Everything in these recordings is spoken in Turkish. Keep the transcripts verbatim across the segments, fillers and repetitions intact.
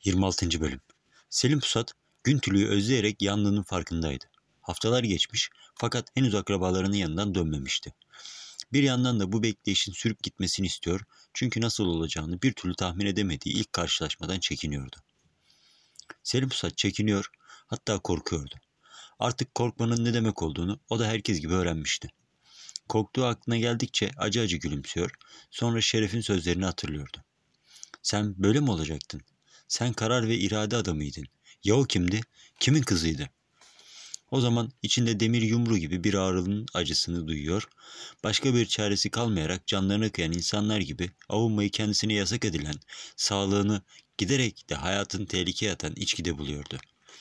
yirmi altıncı. Bölüm. Selim Pusat, Güntülü'yü özleyerek yandığının farkındaydı. Haftalar geçmiş fakat henüz akrabalarının yanından dönmemişti. Bir yandan da bu bekleyişin sürüp gitmesini istiyor çünkü nasıl olacağını bir türlü tahmin edemediği ilk karşılaşmadan çekiniyordu. Selim Pusat çekiniyor, hatta korkuyordu. Artık korkmanın ne demek olduğunu o da herkes gibi öğrenmişti. Korktuğu aklına geldikçe acı acı gülümsüyor, sonra Şeref'in sözlerini hatırlıyordu. Sen böyle mi olacaktın? Sen karar ve irade adamıydın. Ya o kimdi? Kimin kızıydı? O zaman içinde demir yumru gibi bir ağrının acısını duyuyor, başka bir çaresi kalmayarak canlarına kıyan insanlar gibi avunmayı kendisine yasak edilen, sağlığını giderek de hayatını tehlikeye atan içkide buluyordu.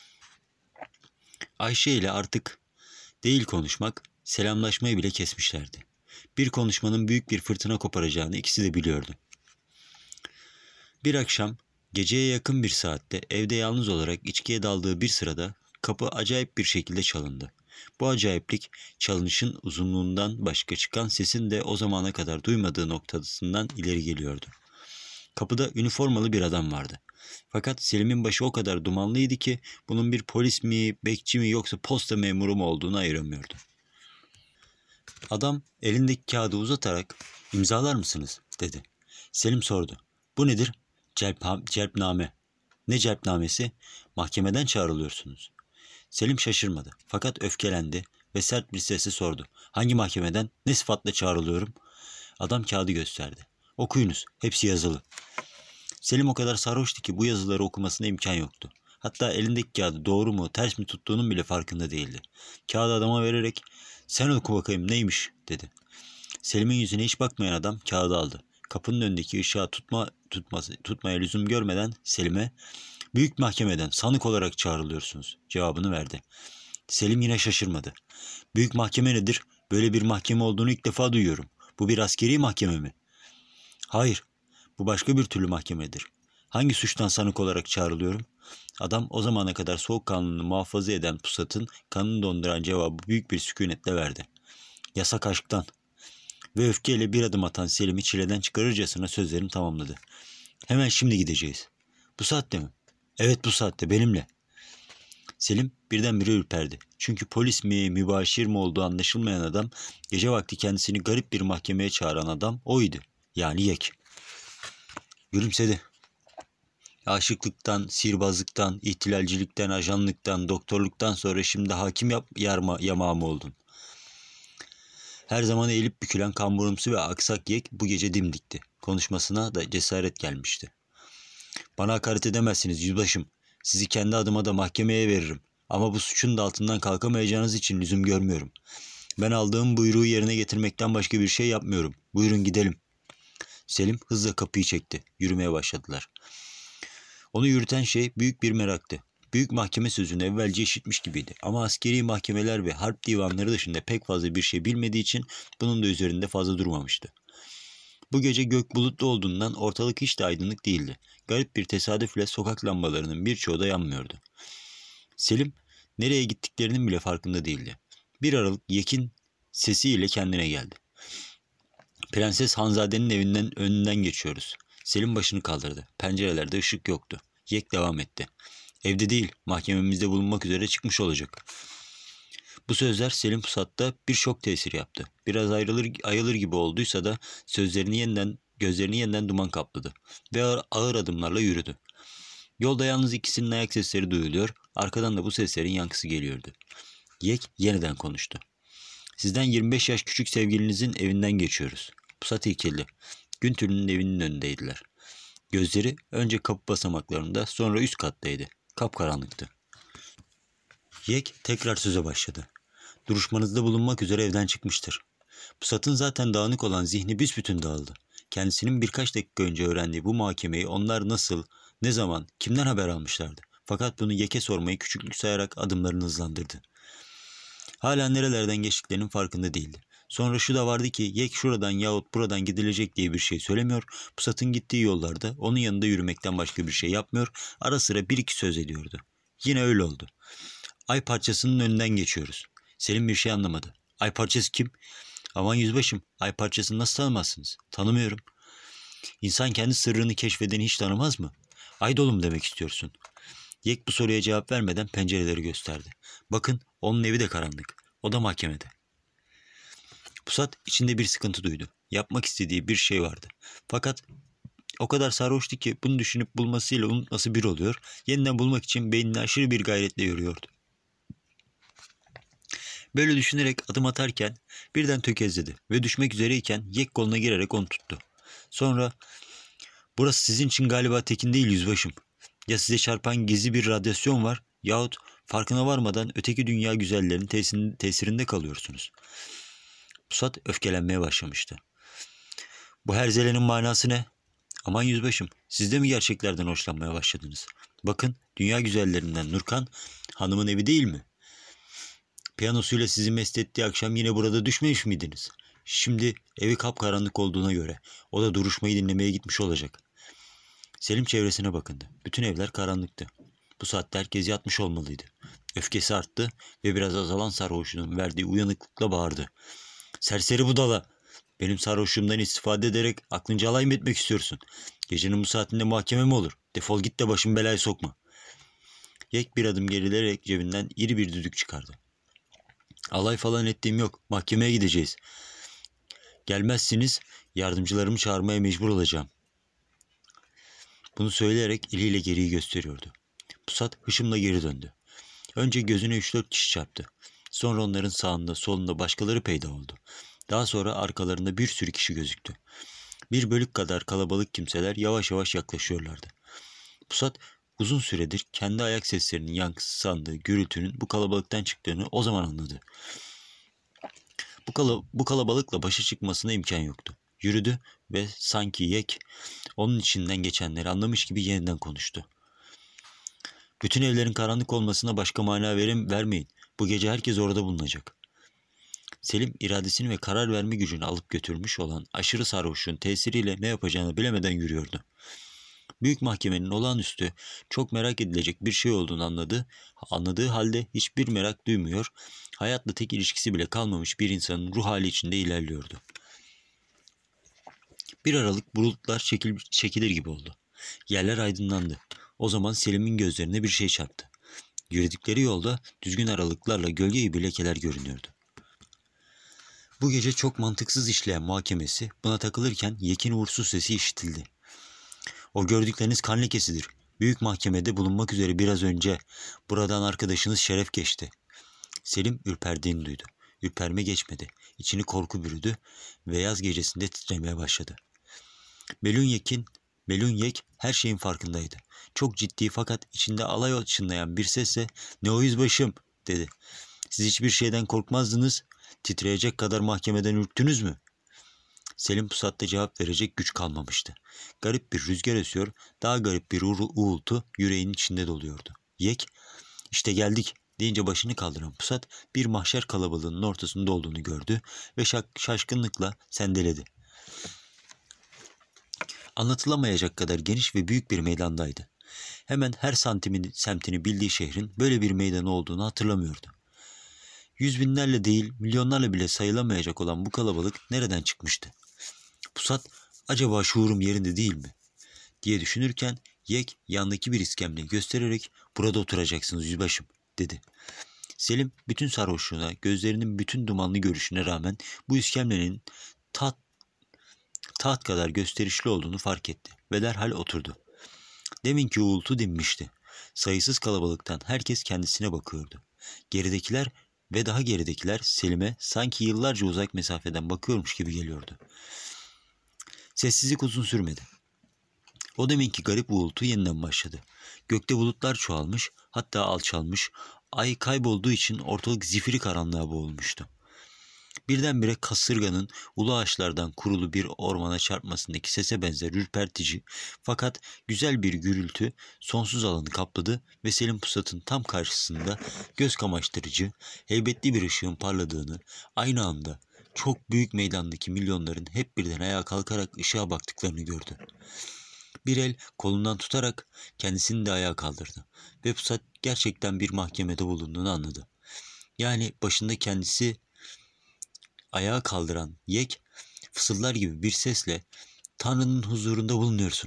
Ayşe ile artık değil konuşmak, selamlaşmayı bile kesmişlerdi. Bir konuşmanın büyük bir fırtına koparacağını ikisi de biliyordu. Bir akşam geceye yakın bir saatte evde yalnız olarak içkiye daldığı bir sırada kapı acayip bir şekilde çalındı. Bu acayiplik çalınışın uzunluğundan başka çıkan sesin de o zamana kadar duymadığı noktasından ileri geliyordu. Kapıda üniformalı bir adam vardı. Fakat Selim'in başı o kadar dumanlıydı ki bunun bir polis mi, bekçi mi yoksa posta memuru mu olduğunu ayıramıyordu. Adam elindeki kağıdı uzatarak "İmzalar mısınız?" dedi. Selim sordu. "Bu nedir?" Celp, celpname. Ne celpnamesi? Mahkemeden çağrılıyorsunuz. Selim şaşırmadı fakat öfkelendi ve sert bir sesle sordu. Hangi mahkemeden? Ne sıfatla çağrılıyorum? Adam kağıdı gösterdi. Okuyunuz. Hepsi yazılı. Selim o kadar sarhoştu ki bu yazıları okumasına imkan yoktu. Hatta elindeki kağıdı doğru mu ters mi tuttuğunun bile farkında değildi. Kağıdı adama vererek sen oku bakayım neymiş dedi. Selim'in yüzüne hiç bakmayan adam kağıdı aldı. Kapının önündeki ışığa tutma, tutması, tutmaya lüzum görmeden Selim'e "Büyük mahkemeden sanık olarak çağrılıyorsunuz" cevabını verdi. Selim yine şaşırmadı. "Büyük mahkeme nedir? Böyle bir mahkeme olduğunu ilk defa duyuyorum. Bu bir askeri mahkeme mi?" "Hayır, bu başka bir türlü mahkemedir. Hangi suçtan sanık olarak çağrılıyorum?" Adam o zamana kadar soğukkanlılığını muhafaza eden Pusat'ın kanını donduran cevabı büyük bir sükunetle verdi. "Yasak aşktan." Ve öfkeyle bir adım atan Selim'i çileden çıkarırcasına sözlerini tamamladı. "Hemen şimdi gideceğiz." "Bu saatte mi?" "Evet, bu saatte benimle." Selim birdenbire ürperdi. Çünkü polis mi, mübaşir mi olduğu anlaşılmayan adam, gece vakti kendisini garip bir mahkemeye çağıran adam oydu. Yani Yek. Gülümsedi. Aşıklıktan, sihirbazlıktan, ihtilalcilikten, ajanlıktan, doktorluktan sonra şimdi hakim yap, yarma, yamağı mı oldun? Her zaman eğilip bükülen kamburumsu ve aksak Yek bu gece dimdikti. Konuşmasına da cesaret gelmişti. "Bana hakaret edemezsiniz yüzbaşım. Sizi kendi adıma da mahkemeye veririm. Ama bu suçun da altından kalkamayacağınız için lüzum görmüyorum. Ben aldığım buyruğu yerine getirmekten başka bir şey yapmıyorum. Buyurun gidelim." Selim hızla kapıyı çekti. Yürümeye başladılar. Onu yürüten şey büyük bir meraktı. Büyük mahkeme sözünü evvelce işitmiş gibiydi. Ama askeri mahkemeler ve harp divanları dışında pek fazla bir şey bilmediği için bunun da üzerinde fazla durmamıştı. Bu gece gök bulutlu olduğundan ortalık hiç de aydınlık değildi. Garip bir tesadüfle sokak lambalarının birçoğu da yanmıyordu. Selim nereye gittiklerinin bile farkında değildi. Bir aralık Yek'in sesiyle kendine geldi. "Prenses Hanzade'nin evinden önünden geçiyoruz." Selim başını kaldırdı. Pencerelerde ışık yoktu. Yek devam etti. "Evde değil, mahkememizde bulunmak üzere çıkmış olacak." Bu sözler Selim Pusat'ta bir şok tesiri yaptı. Biraz ayrılır, ayılır gibi olduysa da sözlerini yeniden, gözlerini yeniden duman kapladı ve ağır, ağır adımlarla yürüdü. Yolda yalnız ikisinin ayak sesleri duyuluyor, arkadan da bu seslerin yankısı geliyordu. Yek yeniden konuştu. "Sizden yirmi beş yaş küçük sevgilinizin evinden geçiyoruz." Pusat irkildi. Güntül'ün evinin önündeydiler. Gözleri önce kapı basamaklarında, sonra üst kattaydı. Kapkaranlıktı. Yek tekrar söze başladı. "Duruşmanızda bulunmak üzere evden çıkmıştır." Pusat'ın zaten dağınık olan zihni büsbütün dağıldı. Kendisinin birkaç dakika önce öğrendiği bu muhakemeyi onlar nasıl, ne zaman, kimden haber almışlardı? Fakat bunu Yek'e sormayı küçüklük sayarak adımlarını hızlandırdı. Hala nerelerden geçtiklerinin farkında değildi. Sonra şu da vardı ki Yek şuradan yahut buradan gidilecek diye bir şey söylemiyor, Pusat'ın gittiği yollarda onun yanında yürümekten başka bir şey yapmıyor, ara sıra bir iki söz ediyordu. Yine öyle oldu. "Ay parçasının önünden geçiyoruz." Selim bir şey anlamadı. "Ay parçası kim?" "Aman yüzbaşım, ay parçasını nasıl tanımazsınız?" "Tanımıyorum." "İnsan kendi sırrını keşfedeni hiç tanımaz mı?" Aydolu mu demek istiyorsun? Yek bu soruya cevap vermeden pencereleri gösterdi. Bakın, onun evi de karanlık. O da mahkemede. Pusat içinde bir sıkıntı duydu. Yapmak istediği bir şey vardı. Fakat o kadar sarhoştu ki bunu düşünüp bulmasıyla unutması bir oluyor. Yeniden bulmak için beynini aşırı bir gayretle yoruyordu. Böyle düşünerek adım atarken birden tökezledi ve düşmek üzereyken Yek koluna girerek onu tuttu. Sonra "Burası sizin için galiba tekin değil yüzbaşım. Ya size çarpan gizli bir radyasyon var yahut farkına varmadan öteki dünya güzellerinin tesirinde kalıyorsunuz." Pusat öfkelenmeye başlamıştı. "Bu herzelenin manası ne? Aman yüzbaşım, siz de mi gerçeklerden hoşlanmaya başladınız? Bakın, dünya güzellerinden Nurkan hanımın evi değil mi? Piyanosuyla sizi mest ettiği akşam yine burada düşmemiş miydiniz? Şimdi evi kapkaranlık olduğuna göre o da duruşmayı dinlemeye gitmiş olacak." Selim çevresine bakındı. Bütün evler karanlıktı. Bu saatte herkes yatmış olmalıydı. Öfkesi arttı ve biraz azalan sarhoşluğun verdiği uyanıklıkla bağırdı. "Serseri budala! Benim sarhoşluğumdan istifade ederek aklınca alay mı etmek istiyorsun? Gecenin bu saatinde mahkeme mi olur? Defol git de başımı belaya sokma." Yek bir adım gerilerek cebinden iri bir düdük çıkardı. "Alay falan ettiğim yok. Mahkemeye gideceğiz. Gelmezsiniz, yardımcılarımı çağırmaya mecbur olacağım." Bunu söyleyerek eliyle geriyi gösteriyordu. Pusat hışımla geri döndü. Önce gözüne üç dört kişi çarptı. Sonra onların sağında solunda başkaları peyda oldu. Daha sonra arkalarında bir sürü kişi gözüktü. Bir bölük kadar kalabalık kimseler yavaş yavaş yaklaşıyorlardı. Pusat uzun süredir kendi ayak seslerinin yankısı sandığı gürültünün bu kalabalıktan çıktığını o zaman anladı. Bu, kala, bu kalabalıkla başa çıkmasına imkan yoktu. Yürüdü ve sanki Yek onun içinden geçenleri anlamış gibi yeniden konuştu. "Bütün evlerin karanlık olmasına başka mana verim vermeyin. Bu gece herkes orada bulunacak." Selim iradesini ve karar verme gücünü alıp götürmüş olan aşırı sarhoşluğun tesiriyle ne yapacağını bilemeden yürüyordu. Büyük mahkemenin olağanüstü, çok merak edilecek bir şey olduğunu anladı. Anladığı halde hiçbir merak duymuyor, hayatla tek ilişkisi bile kalmamış bir insanın ruh hali içinde ilerliyordu. Bir aralık bulutlar çekil, çekilir gibi oldu. Yerler aydınlandı. O zaman Selim'in gözlerine bir şey çarptı. Yürüdükleri yolda düzgün aralıklarla gölge gibi lekeler görünüyordu. Bu gece çok mantıksız işleyen muhakemesi buna takılırken Yek'in uğursuz sesi işitildi. "O gördükleriniz kan lekesidir. Büyük mahkemede bulunmak üzere biraz önce buradan arkadaşınız Şeref geçti." Selim ürperdiğini duydu. Ürperme geçmedi. İçini korku bürüdü ve yaz gecesinde titremeye başladı. Melun Yek'in, Melun Yek her şeyin farkındaydı. Çok ciddi fakat içinde alay çınlayan bir sesle "Ne o yüzbaşım?" dedi. "Siz hiçbir şeyden korkmazdınız. Titreyecek kadar mahkemeden ürktünüz mü?" Selim Pusat'ta cevap verecek güç kalmamıştı. Garip bir rüzgar esiyor, daha garip bir uğru- uğultu yüreğinin içinde doluyordu. Yek, "İşte geldik," deyince başını kaldıran Pusat bir mahşer kalabalığının ortasında olduğunu gördü ve şak- şaşkınlıkla sendeledi. Anlatılamayacak kadar geniş ve büyük bir meydandaydı. Hemen her santimini, semtini bildiği şehrin böyle bir meydanı olduğunu hatırlamıyordu. Yüz binlerle değil, milyonlarla bile sayılamayacak olan bu kalabalık nereden çıkmıştı? Pusat, "Acaba şuurum yerinde değil mi?" diye düşünürken Yek yandaki bir iskemleyi göstererek "Burada oturacaksınız yüzbaşım," dedi. Selim bütün sarhoşluğuna, gözlerinin bütün dumanlı görüşüne rağmen bu iskemlenin taht, taht kadar gösterişli olduğunu fark etti ve derhal oturdu. Deminki uğultu dinmişti. Sayısız kalabalıktan herkes kendisine bakıyordu. Geridekiler ve daha geridekiler Selim'e sanki yıllarca uzak mesafeden bakıyormuş gibi geliyordu. Sessizlik uzun sürmedi. O deminki garip uğultu yeniden başladı. Gökte bulutlar çoğalmış, hatta alçalmış, ay kaybolduğu için ortalık zifiri karanlığa boğulmuştu. Birdenbire kasırganın ulu ağaçlardan kurulu bir ormana çarpmasındaki sese benzer ürpertici fakat güzel bir gürültü sonsuz alanı kapladı ve Selim Pusat'ın tam karşısında göz kamaştırıcı, heybetli bir ışığın parladığını, aynı anda çok büyük meydandaki milyonların hep birden ayağa kalkarak ışığa baktıklarını gördü. Bir el kolundan tutarak kendisini de ayağa kaldırdı ve Pusat gerçekten bir mahkemede bulunduğunu anladı. Yani başında kendisi ayağa kaldıran Yek fısıldar gibi bir sesle "Tanrı'nın huzurunda bulunuyorsunuz,"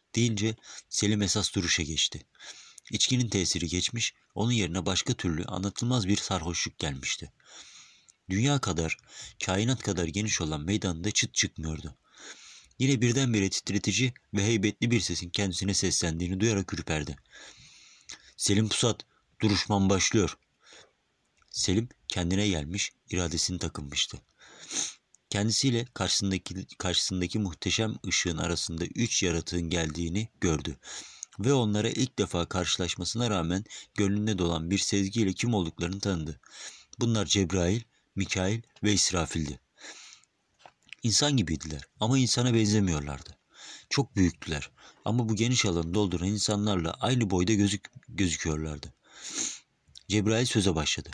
deyince Selim esas duruşa geçti. İçkinin tesiri geçmiş, onun yerine başka türlü anlatılmaz bir sarhoşluk gelmişti. Dünya kadar, kainat kadar geniş olan meydanda çıt çıkmıyordu. Yine birdenbire titretici ve heybetli bir sesin kendisine seslendiğini duyarak ürperdi. Selim Pusat, duruşman başlıyor. Selim kendine gelmiş, iradesini takınmıştı. Kendisiyle karşısındaki, karşısındaki muhteşem ışığın arasında üç yaratığın geldiğini gördü. Ve onlara ilk defa karşılaşmasına rağmen gönlünde dolan bir sezgiyle kim olduklarını tanıdı. Bunlar Cebrail, Mikail ve İsrafil'di. İnsan gibiydiler ama insana benzemiyorlardı. Çok büyüktüler ama bu geniş alanı dolduran insanlarla aynı boyda gözük gözüküyorlardı. Cebrail söze başladı.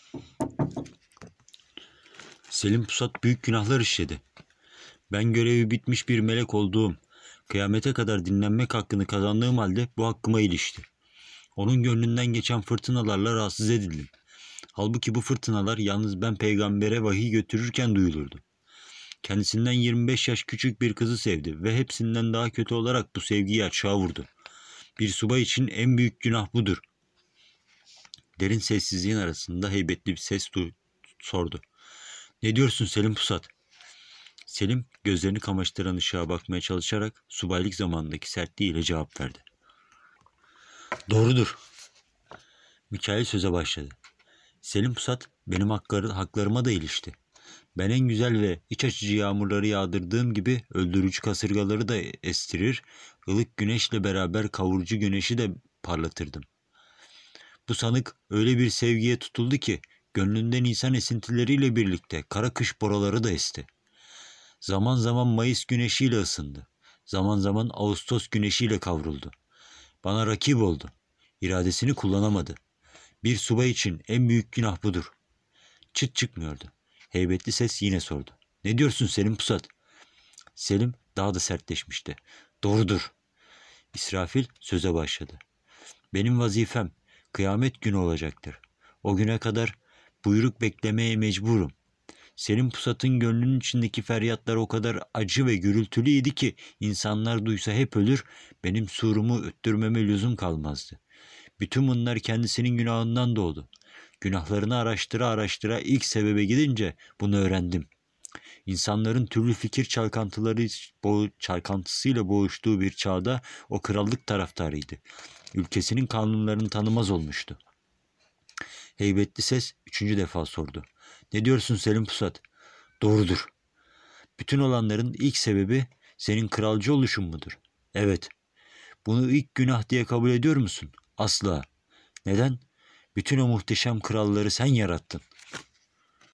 Selim Pusat büyük günahlar işledi. Ben görevi bitmiş bir melek olduğum, kıyamete kadar dinlenmek hakkını kazandığım halde bu hakkıma ilişti. Onun gönlünden geçen fırtınalarla rahatsız edildim. Halbuki bu fırtınalar yalnız ben peygambere vahiy götürürken duyulurdu. Kendisinden yirmi beş yaş küçük bir kızı sevdi ve hepsinden daha kötü olarak bu sevgiyi açığa vurdu. Bir subay için en büyük günah budur. Derin sessizliğin arasında heybetli bir ses du- sordu. Ne diyorsun Selim Pusat? Selim gözlerini kamaştıran ışığa bakmaya çalışarak subaylık zamanındaki sertliğiyle cevap verdi. Doğrudur. Mikail söze başladı. Selim Pusat benim hakları, haklarıma da ilişti. Ben en güzel ve iç açıcı yağmurları yağdırdığım gibi öldürücü kasırgaları da estirir, ılık güneşle beraber kavurucu güneşi de parlatırdım. Bu sanık öyle bir sevgiye tutuldu ki gönlünden insan esintileriyle birlikte kara kış boraları da esti. Zaman zaman Mayıs güneşiyle ısındı. Zaman zaman Ağustos güneşiyle kavruldu. Bana rakip oldu. İradesini kullanamadı. Bir subay için en büyük günah budur. Çıt çıkmıyordu. Heybetli ses yine sordu. Ne diyorsun Selim Pusat? Selim daha da sertleşmişti. Doğrudur. İsrafil söze başladı. Benim vazifem kıyamet günü olacaktır. O güne kadar buyruk beklemeye mecburum. Selim Pusat'ın gönlünün içindeki feryatlar o kadar acı ve gürültülüydi ki insanlar duysa hep ölür, benim surumu öttürmeme lüzum kalmazdı. Bütün bunlar kendisinin günahından doğdu. Günahlarını araştıra araştıra ilk sebebe gidince bunu öğrendim. İnsanların türlü fikir çalkantıları boğ çalkantısıyla boğuştuğu bir çağda o krallık taraftarıydı. Ülkesinin kanunlarını tanımaz olmuştu. Heybetli ses üçüncü defa sordu. Ne diyorsun Selim Pusat? Doğrudur. Bütün olanların ilk sebebi senin kralcı oluşun mudur? Evet. Bunu ilk günah diye kabul ediyor musun? Asla. Neden? Bütün o muhteşem kralları sen yarattın.